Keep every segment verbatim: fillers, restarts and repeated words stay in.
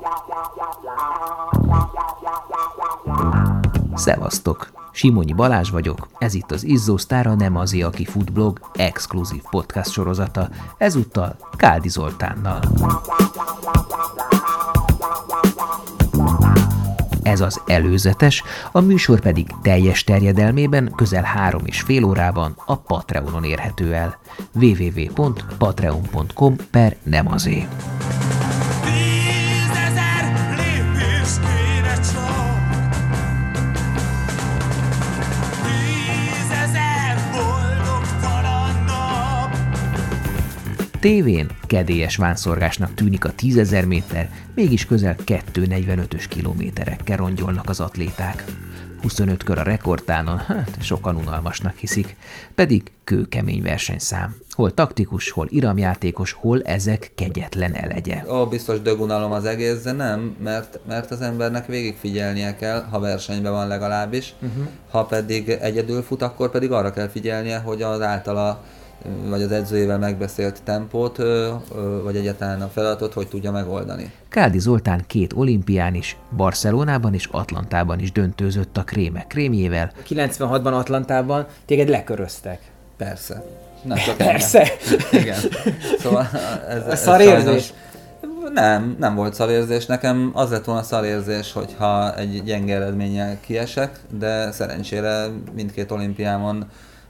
Szevasztok! Simonyi Balázs vagyok, ez itt az Izzósztár, a Nem Azé, aki fut blog exkluzív podcast sorozata, ezúttal Káldi Zoltánnal. Ez az előzetes, a műsor pedig teljes terjedelmében közel három és fél órában a Patreonon érhető el. www pont patreon pont com per nemazé. Tévén kedélyes vánszorgásnak tűnik a tízezer méter, mégis közel kettő negyvenötös kilométerekkel rongyolnak az atléták. huszonöt kör a rekordtánon, hát sokan unalmasnak hiszik, pedig kőkemény versenyszám. Hol taktikus, hol iramjátékos, hol ezek kegyetlen elegye. Ó, biztos dögunalom az egész, de nem, mert, mert az embernek végigfigyelnie kell, ha versenyben van legalábbis, uh-huh. Ha pedig egyedül fut, akkor pedig arra kell figyelnie, hogy az általa vagy az edzőjével megbeszélt tempót, vagy egyáltalán a feladatot, hogy tudja megoldani. Káldi Zoltán két olimpián is, Barcelonában és Atlantában is döntőzött a krémek krémjével. kilencvenhatban Atlantában téged leköröztek. Persze. Nem csak Persze. Igen. Szóval ez, ez szarérzés? Sajnos... Nem, nem volt szarérzés. Nekem az lett volna szarérzés, hogyha egy gyenge eredménnyel kiesek, de szerencsére mindkét olimpiámon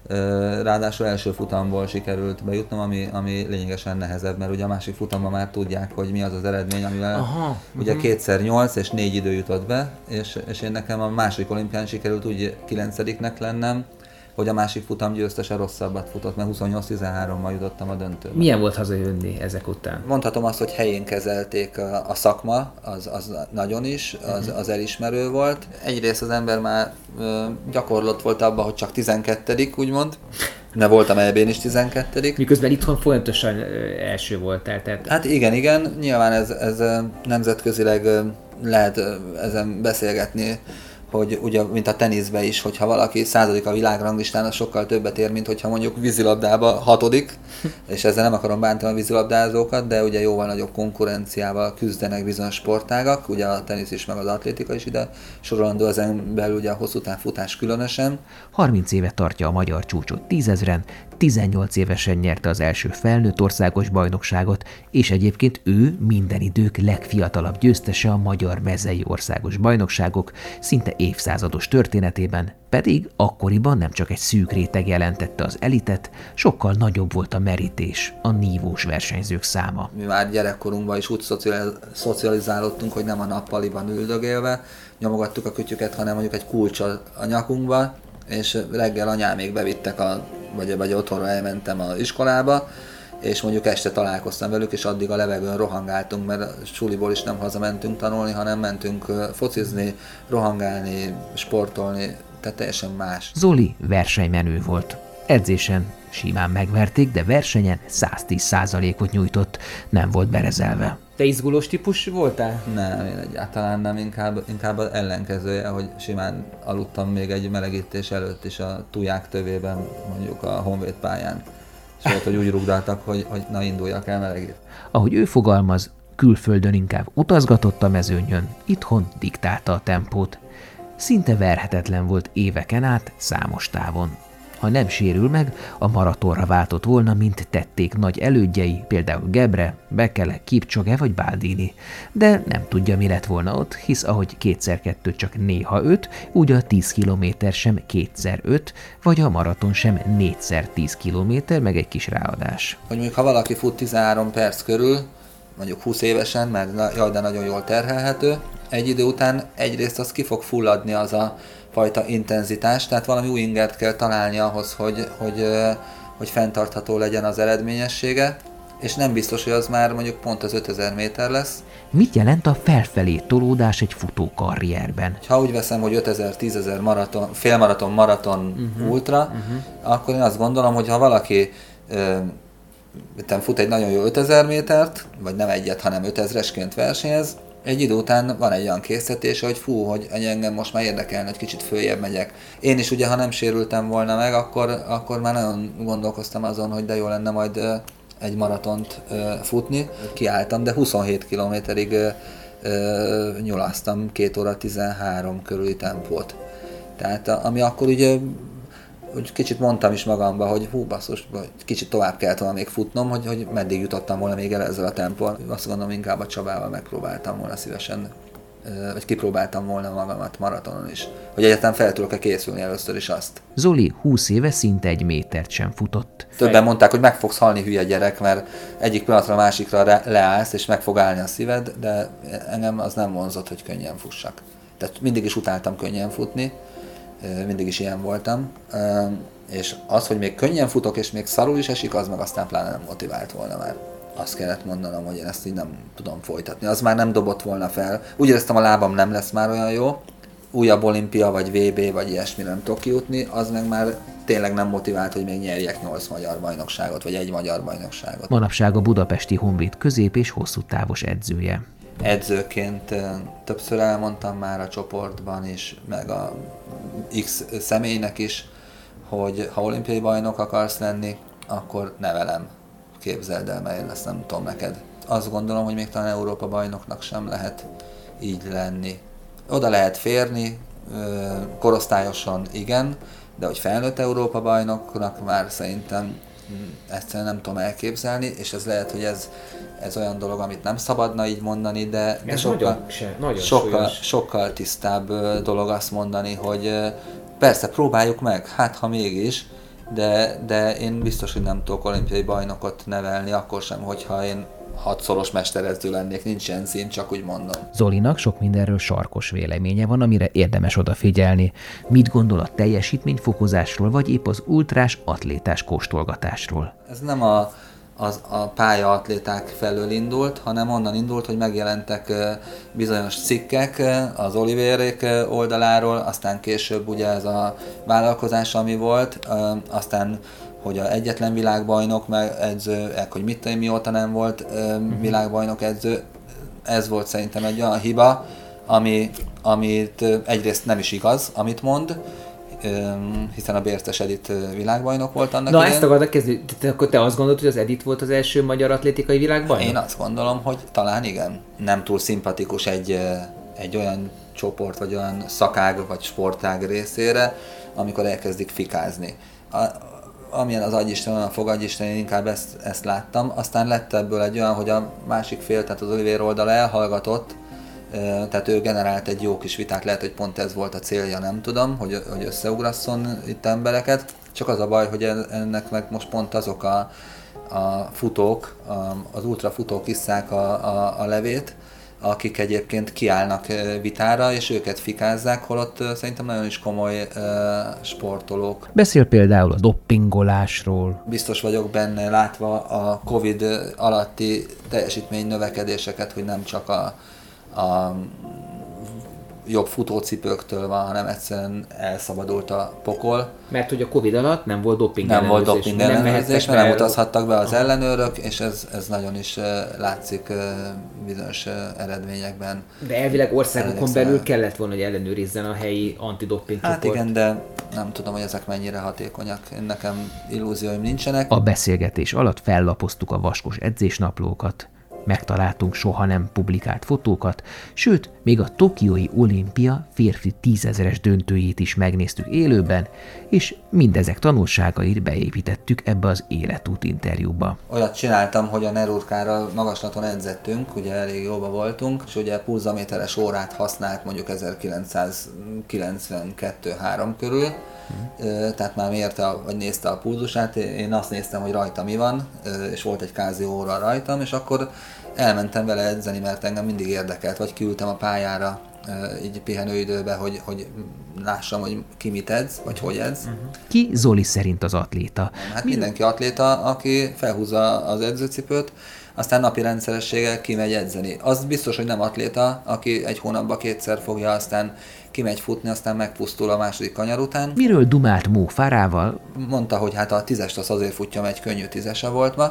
ráadásul első futamból sikerült bejutnom, ami, ami lényegesen nehezebb, mert ugye a másik futamban már tudják, hogy mi az az eredmény, amivel Aha, ugye uh-huh. kétszer nyolc és négy idő jutott be, és, és én nekem a másik olimpián sikerült úgy kilencediknek lennem, hogy a másik futam győztese rosszabbat futott, mert huszonnyolc tizenhárommal jutottam a döntőbe. Milyen volt hazajönni ezek után? Mondhatom azt, hogy helyén kezelték a, a szakma, az, az nagyon is, az, az elismerő volt. Egyrészt az ember már ö, gyakorlott volt abban, hogy csak tizenkettedik úgymond, de voltam é bén is tizenkettedik Miközben itthon folyamatosan első voltál. Tehát... Hát igen, igen, nyilván ez, ez nemzetközileg lehet ezen beszélgetni, hogy ugye, mint a teniszben is, hogyha valaki századik a világranglistán, az sokkal többet ér, mint hogyha mondjuk vízilabdába hatodik, és ezzel nem akarom bántani a vízilabdázókat, de ugye jóval nagyobb konkurenciával küzdenek bizonyos sportágak, ugye a tenisz is, meg az atlétika is ide sorolandó, ezen belül ugye a hosszú távfutás különösen. harminc éve tartja a magyar csúcsot tízezren, tizennyolc évesen nyerte az első felnőtt országos bajnokságot, és egyébként ő minden idők legfiatalabb győztese a magyar mezei országos bajnokságok szinte évszázados történetében, pedig akkoriban nem csak egy szűk réteg jelentette az elitet, sokkal nagyobb volt a merítés, a nívós versenyzők száma. Mi már gyerekkorunkban is úgy szocializálódtunk, hogy nem a nappaliban üldögélve nyomogattuk a kütyüket, hanem mondjuk egy kulccsal a nyakunkba, és reggel anyámék bevittek, a, vagy, vagy otthonra elmentem az iskolába, és mondjuk este találkoztam velük, és addig a levegőn rohangáltunk, mert a suliból is nem hazamentünk tanulni, hanem mentünk focizni, rohangálni, sportolni, tehát teljesen más. Zoli versenymenő volt. Edzésen simán megverték, de versenyen száztíz százalékot nyújtott, nem volt berezelve. Te izgulós típus voltál? Nem, én egyáltalán nem, inkább, inkább az ellenkezője, hogy simán aludtam még egy melegítés előtt is a tuják tövében, mondjuk a Honvéd pályán. És volt, hogy úgy rugdáltak, hogy, hogy na induljak el melegít. Ahogy ő fogalmaz, külföldön inkább utazgatott a mezőnyön, itthon diktálta a tempót. Szinte verhetetlen volt éveken át számos távon. Ha nem sérül meg, a maratonra váltott volna, mint tették nagy elődjei, például Gebre, Bekele, Kipchoge vagy Baldini. De nem tudja, mi lett volna ott, hisz ahogy kétszer kettő csak néha öt, úgy a tíz kilométer sem kétszer öt, vagy a maraton sem négyszer tíz kilométer, meg egy kis ráadás. Hogy mondjuk, ha valaki fut tizenhárom perc körül, mondjuk húsz évesen, mert jaj, de nagyon jól terhelhető, egy idő után egyrészt az ki fog fulladni az a fajta intenzitás, tehát valami új ingert kell találni ahhoz, hogy, hogy, hogy fenntartható legyen az eredményessége, és nem biztos, hogy az már mondjuk pont az ötezer méter lesz. Mit jelent a felfelé tolódás egy futó karrierben? Ha úgy veszem, hogy ötezer, tízezer maraton, félmaraton, maraton, uh-huh, ultra, uh-huh. akkor én azt gondolom, hogy ha valaki uh, fut egy nagyon jó ötezer métert, vagy nem egyet, hanem ötezresként versenyez, egy idő után van egy olyan készítése, hogy fú, hogy engem most már érdekelne, hogy kicsit följebb megyek. Én is ugye, ha nem sérültem volna meg, akkor, akkor már nagyon gondolkoztam azon, hogy de jó lenne majd egy maratont futni. Kiálltam, de huszonhét kilométerig ö, nyulasztam két óra tizenhárom körüli tempót. Tehát ami akkor ugye úgy kicsit mondtam is magamba, hogy hú, basszus, kicsit tovább kellett volna még futnom, hogy, hogy meddig jutottam volna még el ezzel a tempóval. Azt gondolom, inkább a Csabával megpróbáltam volna szívesen, vagy kipróbáltam volna magamat maratonon is. Hogy egyáltalán fel tudok-e készülni először is azt. Zoli húsz éve szinte egy métert sem futott. Többen mondták, hogy meg fogsz halni, hülye gyerek, mert egyik pillanatra a másikra leállsz, és meg fog állni a szíved, de engem az nem vonzott, hogy könnyen fussak. Tehát mindig is utáltam könnyen futni, mindig is ilyen voltam, és az, hogy még könnyen futok, és még szarul is esik, az meg aztán pláne nem motivált volna már. Azt kellett mondanom, hogy én ezt így nem tudom folytatni. Az már nem dobott volna fel. Úgy éreztem, a lábam nem lesz már olyan jó. Újabb olimpia, vagy vé bé, vagy ilyesmi nem tudok kijutni, az meg már tényleg nem motivált, hogy még nyerjek nyolc magyar bajnokságot, vagy egy magyar bajnokságot. Manapság a budapesti Honvéd közép- és hosszú távos edzője. Edzőként többször elmondtam már a csoportban is, meg a X személynek is, hogy ha olimpiai bajnok akarsz lenni, akkor nevelem. Képzeld el, mert én ezt nem tudom neked. Azt gondolom, hogy még talán Európa bajnoknak sem lehet így lenni. Oda lehet férni, korosztályosan igen, de hogy felnőtt Európa bajnoknak már szerintem egyszerűen nem tudom elképzelni, és ez lehet, hogy ez, ez olyan dolog, amit nem szabadna így mondani, de, de sokkal, nagyon, se, nagyon sokkal, sokkal tisztább dolog azt mondani, hogy persze próbáljuk meg, hát ha mégis, de, de én biztos, hogy nem tudok olimpiai bajnokot nevelni, akkor sem, hogyha én hatszoros mesteredző lennék, nincs ilyen szín, csak úgy mondom. Zolinak sok mindenről sarkos véleménye van, amire érdemes odafigyelni. Mit gondol a teljesítményfokozásról, vagy épp az ultrás atlétás kóstolgatásról? Ez nem a, az, a pályaatléták felől indult, hanem onnan indult, hogy megjelentek bizonyos cikkek az Olivérék oldaláról, aztán később ugye ez a vállalkozás, ami volt, aztán hogy a egyetlen világbajnok meg edző, hogy mit tudom, mióta nem volt uh-huh. világbajnok edző, ez volt szerintem egy olyan hiba, ami, amit egyrészt nem is igaz, amit mond, hiszen a Bérces Edit világbajnok volt annak Na idén. ezt akartak kezdeni, te, akkor te azt gondolod, hogy az Edit volt az első magyar atlétikai világbajnok? Én azt gondolom, hogy talán igen. Nem túl szimpatikus egy, egy olyan csoport, vagy olyan szakág, vagy sportág részére, amikor elkezdik fikázni. A, amilyen az agyisten, olyan a fogagyisten, én inkább ezt, ezt láttam. Aztán lett ebből egy olyan, hogy a másik fél, tehát az Olivér oldala elhallgatott, tehát ő generált egy jó kis vitát, lehet, hogy pont ez volt a célja, nem tudom, hogy, hogy összeugrasszon itt embereket. Csak az a baj, hogy ennek meg most pont azok a, a futók, az ultrafutók isszák a, a, a levét, akik egyébként kiállnak vitára, és őket fikázzák, holott szerintem nagyon is komoly uh, sportolók. Beszél például a doppingolásról. Biztos vagyok benne, látva a Covid alatti teljesítmény növekedéseket, hogy nem csak a, a jobb futócipőktől van, hanem egyszerűen elszabadult a pokol. Mert hogy a Covid alatt nem volt doping Nem volt doping ellenőrzés, mert nem utazhattak be az Aha. ellenőrök, és ez, ez nagyon is uh, látszik uh, bizonyos uh, eredményekben. De elvileg országokon belül kellett volna, hogy ellenőrizzen a helyi antidoping Hát csoport. igen, de nem tudom, hogy ezek mennyire hatékonyak. Én nekem illúzióim nincsenek. A beszélgetés alatt fellapoztuk a vaskos edzésnaplókat. Megtaláltunk soha nem publikált fotókat, sőt, még a tokiói olimpia férfi tízezeres döntőjét is megnéztük élőben, és mindezek tanulságait beépítettük ebbe az életút interjúba. Olyat csináltam, hogy a Nerurkára magaslaton edzettünk, ugye elég jóba voltunk, és ugye pulzaméteres órát használt mondjuk ezerkilencszázkilencvenkettő három körül, hmm. tehát már mérte, vagy nézte a pulzusát, én azt néztem, hogy rajta mi van, és volt egy kázi óra rajtam, és akkor elmentem vele edzeni, mert engem mindig érdekelt, vagy küldtem a pályára így pihenőidőbe, hogy, hogy lássam, hogy ki mit edz, vagy hogy edz. Uh-huh. Ki Zoli szerint az atléta? Hát Mi? mindenki atléta, aki felhúzza az edzőcipőt, aztán napi rendszerességgel kimegy edzeni. Az biztos, hogy nem atléta, aki egy hónapban kétszer fogja, aztán kimegy futni, aztán megpusztul a második kanyar után. Miről dumált Mó Farával? Mondta, hogy hát a tízest az azért futja, mert egy könnyű tízese volt ma,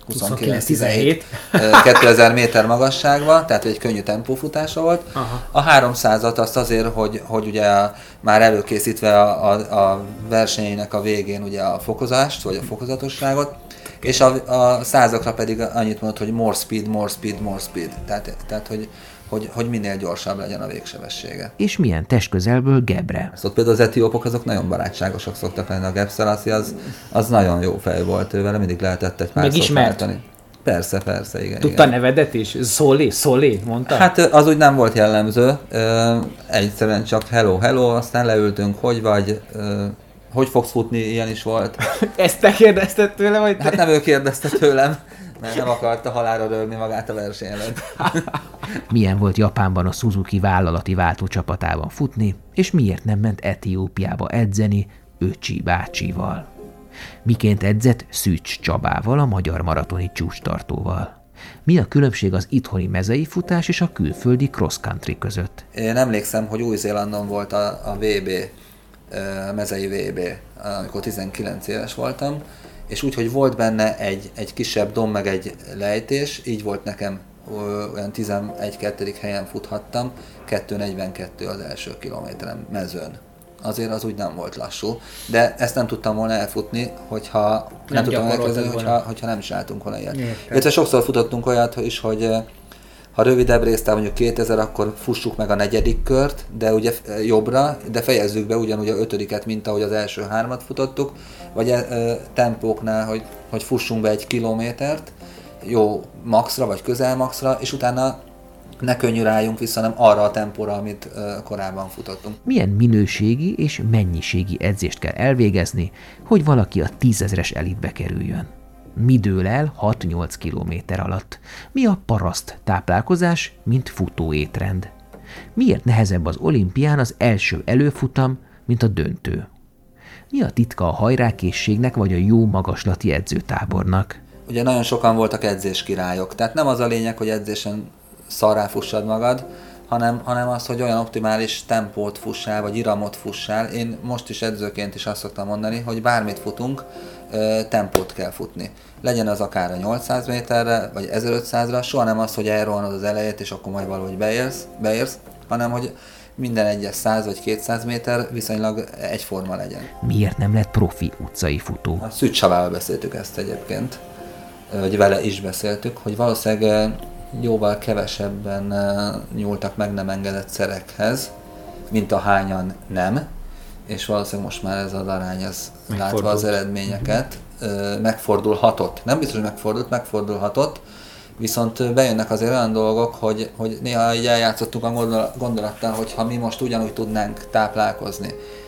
huszonkilenc tizenhét kétezer méter magasságban, tehát egy könnyű tempófutása volt. Aha. A háromszázat azt azért, hogy, hogy ugye már előkészítve a, a, a versenyének a végén ugye a fokozást, vagy a fokozatosságot, és a, a százakra pedig annyit mondott, hogy more speed, more speed, more speed. Tehát, tehát hogy, hogy, hogy minél gyorsabb legyen a végsebessége. És milyen testközelből Gebre. Szóval például az etiópok azok nagyon barátságosak szoktak lenni. A Geb Selassie az, az nagyon jó fej volt, ővel mindig lehetett egy pár szót váltani. Persze, persze, igen. Tudta igen. nevedet is? Szólé, szólé, mondta? Hát az úgy nem volt jellemző. Egyszerűen csak hello, hello, aztán leültünk, hogy vagy, hogy fogsz futni, ilyen is volt. Ezt te kérdezted tőle, vagy te? Hát nem ő kérdezte tőlem, mert nem akarta halálra rögni magát a verseny előtt. Milyen volt Japánban a Suzuki vállalati váltócsapatában futni, és miért nem ment Etiópiába edzeni Öcsi bácsival? Miként edzett Szűcs Csabával, a magyar maratoni csúcstartóval? Mi a különbség az itthoni mezei futás és a külföldi cross-country között? Én emlékszem, hogy Új-Zélandon volt a, a vé bé, a mezei vé bé, amikor tizenkilenc éves voltam, és úgy, hogy volt benne egy, egy kisebb domb, meg egy lejtés, így volt nekem, olyan tizenegy-kettő helyen futhattam, kettő negyvenkettő az első kilométerem mezőn. Azért az úgy nem volt lassú, de ezt nem tudtam volna elfutni, hogyha nem, nem tudtam elkezdeni, hogyha, hogyha nem csináltunk volna ilyet. Illetve sokszor futottunk olyat is, hogy ha rövidebb résztál mondjuk kétezer, akkor fussuk meg a negyedik kört, de ugye jobbra, de fejezzük be ugyanúgy a ötödiket, mint ahogy az első hármat futottuk, vagy e, e, tempóknál, hogy, hogy fussunk be egy kilométert, jó maxra, vagy közel maxra, és utána ne könnyűráljunk vissza, hanem arra a tempóra, amit uh, korábban futottunk. Milyen minőségi és mennyiségi edzést kell elvégezni, hogy valaki a tízezres elitbe kerüljön? Mi dől el hat-nyolc kilométer alatt? Mi a paraszt táplálkozás, mint futóétrend? Miért nehezebb az olimpián az első előfutam, mint a döntő? Mi a titka a hajrákészségnek vagy a jó magaslati edzőtábornak? Ugye nagyon sokan voltak edzéskirályok, tehát nem az a lényeg, hogy edzésen szarrá fussad magad, hanem, hanem az, hogy olyan optimális tempót fussál, vagy iramot fussál. Én most is edzőként is azt szoktam mondani, hogy bármit futunk, tempót kell futni. Legyen az akár a nyolcszáz méterre, vagy ezerötszázra, soha nem az, hogy elrohanod az elejét, és akkor majd valahogy beérsz, beérsz, hanem hogy minden egyes száz vagy kétszáz méter viszonylag egyforma legyen. Miért nem lett profi utcai futó? A Szűcs Csabával beszéltük ezt egyébként, vagy vele is beszéltük, hogy valószínűleg jóval kevesebben nyúltak meg nem engedett szerekhez, mint a hányan nem, és valószínűleg most már ez az arány, ez látva az eredményeket, megfordulhatott. Nem biztos, hogy megfordult, megfordulhatott, viszont bejönnek azért olyan dolgok, hogy, hogy néha így eljátszottunk a gondolattal, hogy ha mi most ugyanúgy tudnánk táplálkozni,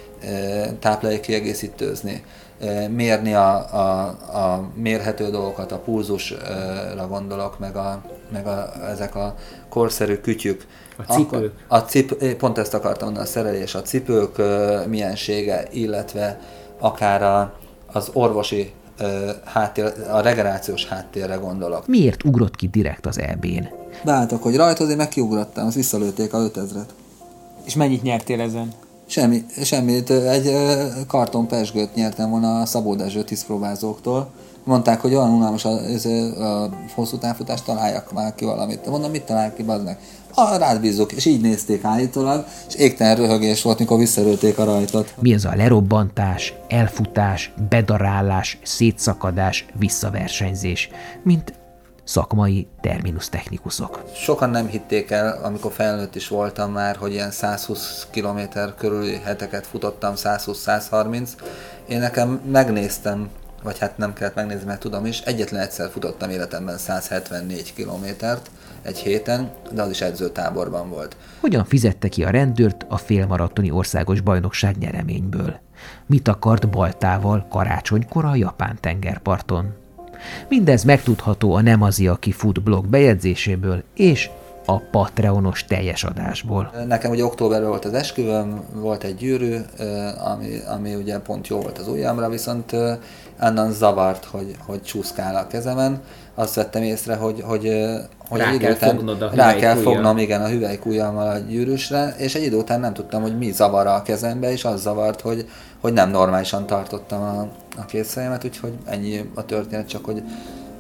táplálékkiegészítőzni, mérni a, a, a mérhető dolgokat, a pulzusra gondolok, meg, a, meg a, ezek a korszerű kütyük. A cipők. A cip, pont ezt akartam mondani, a szerelés, a cipők miensége, illetve akár a, az orvosi háttér, a regenerációs háttérre gondolok. Miért ugrott ki direkt az é bén? Beálltak, hogy rajtozni, meg kiugrottam, azt visszalőtték a ötezret. És mennyit nyertél ezen? Semmi, semmit. Egy karton pezsgőt nyertem volna a Szabó Dezső tisztpróbázóktól. Mondták, hogy olyan unalmas a, a hosszú távfutást, találjak már ki valamit. Mondom, mit találják ki, bazd meg? Ha rád bízzuk, és így nézték állítólag, és égtelen röhögés volt, mikor visszarölték a rajtot. Mi az a lerobbantás, elfutás, bedarálás, szétszakadás, visszaversenyzés, mint szakmai terminus technikusok? Sokan nem hitték el, amikor felnőtt is voltam már, hogy ilyen százhúsz kilométer körüli heteket futottam, százhúsz-százharminc. Én nekem megnéztem, vagy hát nem kellett megnézni, mert tudom is, egyetlen egyszer futottam életemben százhetvennégy kilométert egy héten, de az is edzőtáborban volt. Hogyan fizette ki a rendőrt a félmaratoni országos bajnokság nyereményből? Mit akart Baltával karácsonykor a japán tengerparton? Mindez megtudható a Nem az, aki fut blog bejegyzéséből és a Patreonos teljes adásból. Nekem ugye októberben volt az esküvőm, volt egy gyűrű, ami, ami ugye pont jó volt az ujjamra, viszont onnan zavart, hogy, hogy csúszkál a kezemen. Azt vettem észre, hogy, hogy, hogy rá egy kell után fognod a rá kell fognom igen, a hüvelykujjammal a gyűrűsre, és egy idő után nem tudtam, hogy mi zavar a kezembe, és az zavart, hogy, hogy nem normálisan tartottam a, a kézfejemet, úgyhogy ennyi a történet, csak hogy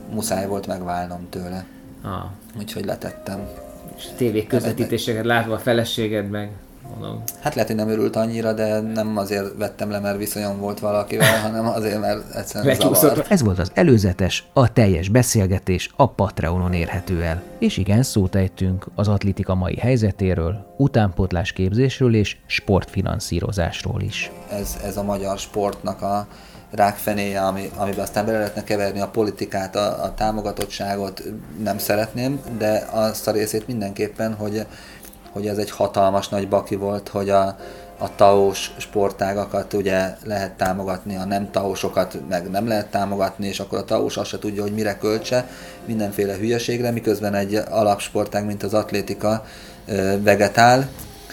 muszáj volt megválnom tőle. Ah. Úgyhogy letettem. És tévé közvetítéseket látva a feleséged meg, mondom. Hát lehet, hogy nem örült annyira, de nem azért vettem le, mert viszonyom volt valakivel, hanem azért, mert egyszerűen zavart. Ez volt az előzetes, a teljes beszélgetés a Patreonon érhető el. És igen, szót ejtünk az atlétika mai helyzetéről, utánpótlás képzésről és sportfinanszírozásról is. Ez, ez a magyar sportnak a rákfenéje, ami, amiben aztán bele lehetne keverni a politikát, a, a támogatottságot, nem szeretném, de azt a részét mindenképpen, hogy, hogy ez egy hatalmas nagy baki volt, hogy a, a taós sportágakat ugye lehet támogatni, a nem taósokat meg nem lehet támogatni, és akkor a taós azt se tudja, hogy mire költse, mindenféle hülyeségre, miközben egy alapsportág, mint az atlétika vegetál.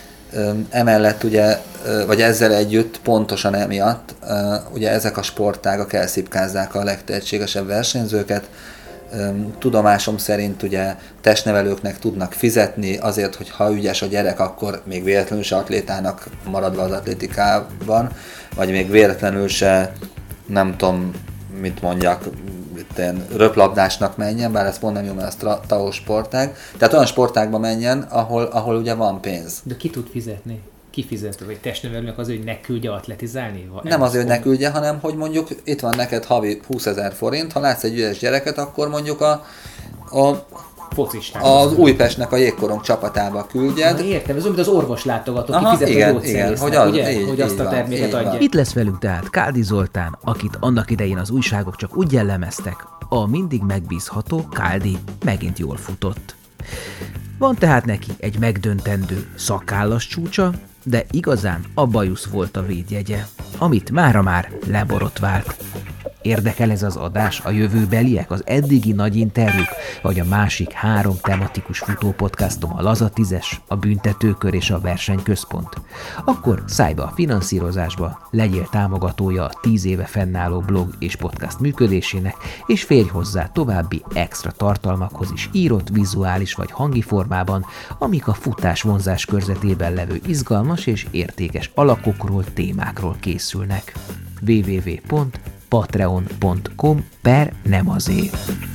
Emellett ugye, vagy ezzel együtt pontosan emiatt, ugye ezek a sportágak elszipkázzák a legtehetségesebb versenyzőket. Tudomásom szerint ugye testnevelőknek tudnak fizetni azért, hogy ha ügyes a gyerek, akkor még véletlenül se atlétának maradva az atlétikában, vagy még véletlenül se, nem tudom, mit mondjak, röplabdásnak menjen, bár ez pont nem jó, mert ez taós sportág. Tehát olyan sportágba menjen, ahol, ahol ugye van pénz. De ki tud fizetni? Ki fizet? Vagy testnevelőnek azért, hogy ne küldje atletizálni? Nem azért, hogy ne küldje, hanem hogy mondjuk itt van neked havi húszezer forint, ha látsz egy ügyes gyereket, akkor mondjuk a, a az Újpestnek a jégkorong csapatába küldjed. Na, értem, ez olyan, mint az orvoslátogató, ki fizet a gyógyszerésznek, hogy, az, ugye? Így, hogy azt a terméket adja. Itt lesz velünk tehát Káldi Zoltán, akit annak idején az újságok csak úgy jellemeztek, a mindig megbízható Káldi megint jól futott. Van tehát neki egy megdöntendő szakállas csúcsa, de igazán a bajusz volt a védjegye, amit mára már leborotvált. Érdekel ez az adás, a jövőbeliek, az eddigi nagy interjúk, vagy a másik három tematikus futópodcastom, a Laza tízes, a Büntetőkör és a Versenyközpont? Akkor szállj be a finanszírozásba, legyél támogatója a tíz éve fennálló blog és podcast működésének, és férj hozzá további extra tartalmakhoz is írott, vizuális vagy hangi formában, amik a futás vonzás körzetében levő izgalmas és értékes alakokról, témákról készülnek. double-u double-u double-u pont patreon pont com per nem azért.